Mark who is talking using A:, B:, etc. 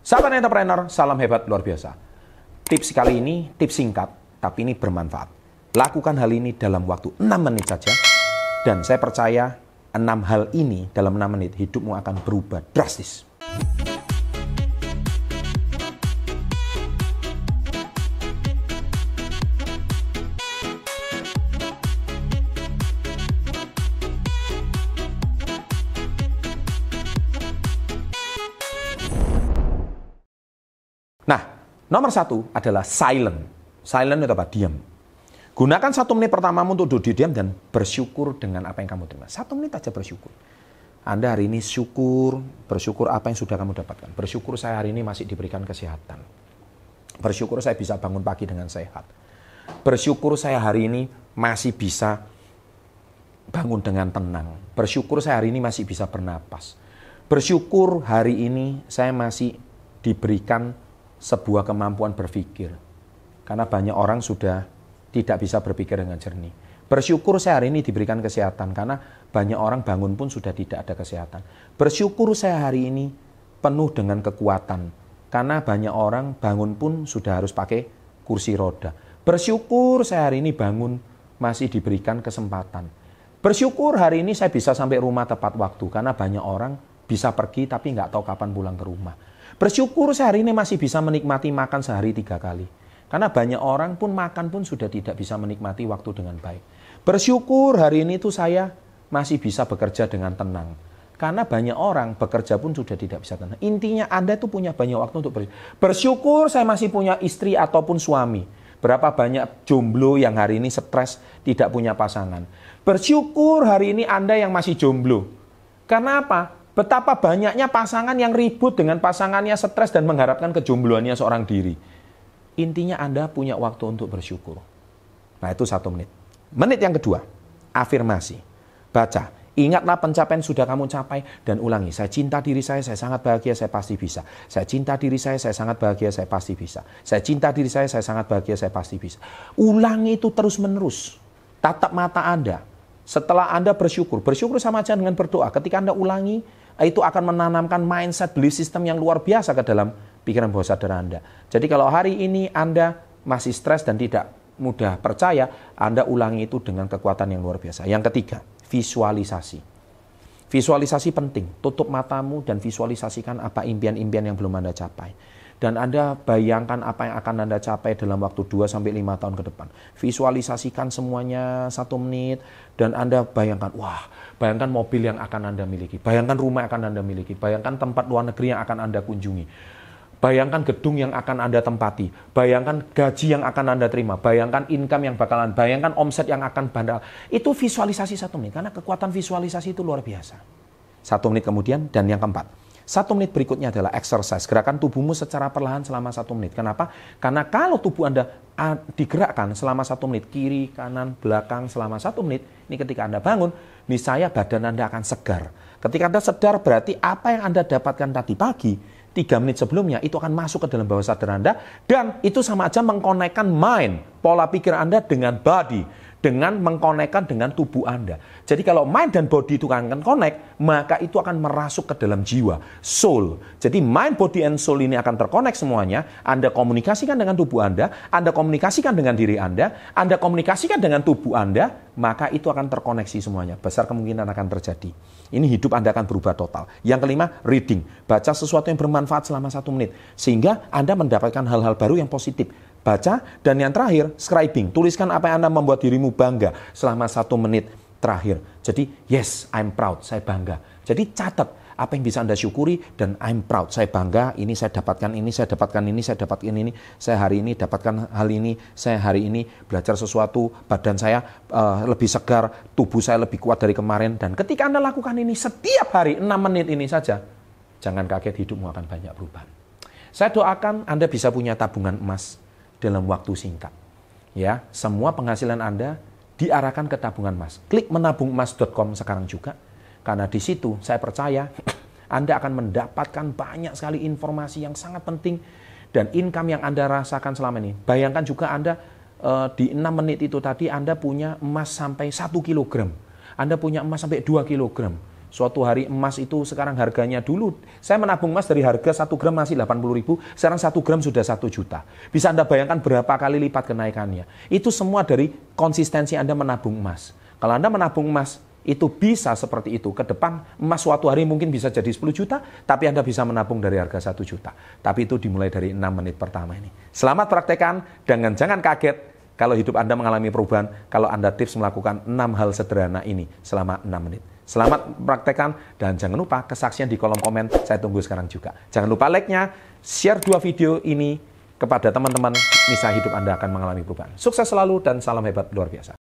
A: Sahabat entrepreneur, salam hebat luar biasa. Tips kali ini, tips singkat, tapi ini bermanfaat. Lakukan hal ini dalam waktu 6 menit saja. Dan saya percaya 6 hal ini dalam 6 menit hidupmu akan berubah drastis. Nah, nomor 1 adalah silent. Silent itu apa? Diam. Gunakan 1 menit pertamamu untuk duduk diam dan bersyukur dengan apa yang kamu terima. 1 menit aja bersyukur. Anda hari ini bersyukur apa yang sudah kamu dapatkan. Bersyukur saya hari ini masih diberikan kesehatan. Bersyukur saya bisa bangun pagi dengan sehat. Bersyukur saya hari ini masih bisa bangun dengan tenang. Bersyukur saya hari ini masih bisa bernapas. Bersyukur hari ini saya masih diberikan sebuah kemampuan berpikir. Karena banyak orang sudah tidak bisa berpikir dengan jernih. Bersyukur saya hari ini diberikan kesehatan. Karena banyak orang bangun pun sudah tidak ada kesehatan. Bersyukur saya hari ini penuh dengan kekuatan. Karena banyak orang bangun pun sudah harus pakai kursi roda. Bersyukur saya hari ini bangun masih diberikan kesempatan. Bersyukur hari ini saya bisa sampai rumah tepat waktu. Karena banyak orang bisa pergi tapi nggak tahu kapan pulang ke rumah. Bersyukur saya hari ini masih bisa menikmati makan sehari 3 kali. Karena banyak orang pun makan pun sudah tidak bisa menikmati waktu dengan baik. Bersyukur hari ini tuh saya masih bisa bekerja dengan tenang. Karena banyak orang bekerja pun sudah tidak bisa tenang. Intinya Anda tuh punya banyak waktu untuk bersyukur saya masih punya istri ataupun suami. Berapa banyak jomblo yang hari ini stres tidak punya pasangan. Bersyukur hari ini Anda yang masih jomblo. Karena apa? Betapa banyaknya pasangan yang ribut dengan pasangannya, stres dan mengharapkan kejombloannya seorang diri. Intinya Anda punya waktu untuk bersyukur. Nah itu 1 menit. Menit yang kedua, afirmasi. Baca, ingatlah pencapaian sudah kamu capai dan ulangi. Saya cinta diri saya sangat bahagia, saya pasti bisa. Saya cinta diri saya sangat bahagia, saya pasti bisa. Saya cinta diri saya sangat bahagia, saya pasti bisa. Ulangi itu terus menerus. Tatap mata Anda. Setelah Anda bersyukur sama aja dengan berdoa. Ketika Anda ulangi, itu akan menanamkan mindset, belief system yang luar biasa ke dalam pikiran bawah sadar Anda. Jadi kalau hari ini Anda masih stres dan tidak mudah percaya, Anda ulangi itu dengan kekuatan yang luar biasa. Yang ketiga, visualisasi. Visualisasi penting. Tutup matamu dan visualisasikan apa impian-impian yang belum Anda capai. Dan Anda bayangkan apa yang akan Anda capai dalam waktu 2-5 tahun ke depan. Visualisasikan semuanya 1 menit. Dan Anda bayangkan, bayangkan mobil yang akan Anda miliki. Bayangkan rumah yang akan Anda miliki. Bayangkan tempat luar negeri yang akan Anda kunjungi. Bayangkan gedung yang akan Anda tempati. Bayangkan gaji yang akan Anda terima. Bayangkan income yang bakalan. Bayangkan omset yang akan bandal. Itu visualisasi 1 menit. Karena kekuatan visualisasi itu luar biasa. 1 menit kemudian dan yang keempat. 1 menit berikutnya adalah exercise. Gerakan tubuhmu secara perlahan selama 1 menit. Kenapa? Karena kalau tubuh Anda digerakkan selama 1 menit, kiri, kanan, belakang selama 1 menit, ini ketika Anda bangun, niscaya badan Anda akan segar. Ketika Anda sedar berarti apa yang Anda dapatkan tadi pagi, 3 menit sebelumnya, itu akan masuk ke dalam bawah sadar Anda. Dan itu sama aja mengkonekkan mind, pola pikir Anda dengan body. Dengan mengkonekkan dengan tubuh Anda. Jadi kalau mind dan body itu akan connect, maka itu akan merasuk ke dalam jiwa, soul. Jadi mind, body, and soul ini akan terkonek semuanya. Anda komunikasikan dengan tubuh Anda komunikasikan dengan diri Anda komunikasikan dengan tubuh Anda, maka itu akan terkoneksi semuanya. Besar kemungkinan akan terjadi. Ini hidup Anda akan berubah total. Yang kelima, reading. Baca sesuatu yang bermanfaat selama 1 menit. Sehingga Anda mendapatkan hal-hal baru yang positif. Baca, dan yang terakhir, scribing. Tuliskan apa yang Anda membuat dirimu bangga selama 1 menit terakhir. Jadi, yes, I'm proud, saya bangga. Jadi catat apa yang bisa Anda syukuri dan I'm proud, saya bangga, ini saya dapatkan ini, saya dapatkan ini, saya dapatkan ini, saya hari ini dapatkan hal ini, saya hari ini belajar sesuatu, badan saya lebih segar, tubuh saya lebih kuat dari kemarin. Dan ketika Anda lakukan ini setiap hari 6 menit ini saja, jangan kaget, hidupmu akan banyak berubah. Saya doakan Anda bisa punya tabungan emas dalam waktu singkat. Ya, semua penghasilan Anda diarahkan ke tabungan emas. Klik menabungemas.com sekarang juga. Karena di situ saya percaya Anda akan mendapatkan banyak sekali informasi yang sangat penting dan income yang Anda rasakan selama ini. Bayangkan juga Anda di 6 menit itu tadi Anda punya emas sampai 1 kilogram. Anda punya emas sampai 2 kilogram. Suatu hari emas itu sekarang harganya dulu, saya menabung emas dari harga 1 gram masih 80.000, sekarang 1 gram sudah 1 juta. Bisa Anda bayangkan berapa kali lipat kenaikannya. Itu semua dari konsistensi Anda menabung emas. Kalau Anda menabung emas, itu bisa seperti itu. Ke depan emas suatu hari mungkin bisa jadi 10 juta, tapi Anda bisa menabung dari harga 1 juta. Tapi itu dimulai dari 6 menit pertama ini. Selamat praktekkan, dan jangan kaget kalau hidup Anda mengalami perubahan, kalau Anda tips melakukan 6 hal sederhana ini selama 6 menit. Selamat praktekkan, dan jangan lupa kesaksian di kolom komen, saya tunggu sekarang juga. Jangan lupa like-nya, share 2 video ini kepada teman-teman, niscaya hidup Anda akan mengalami perubahan. Sukses selalu dan salam hebat luar biasa.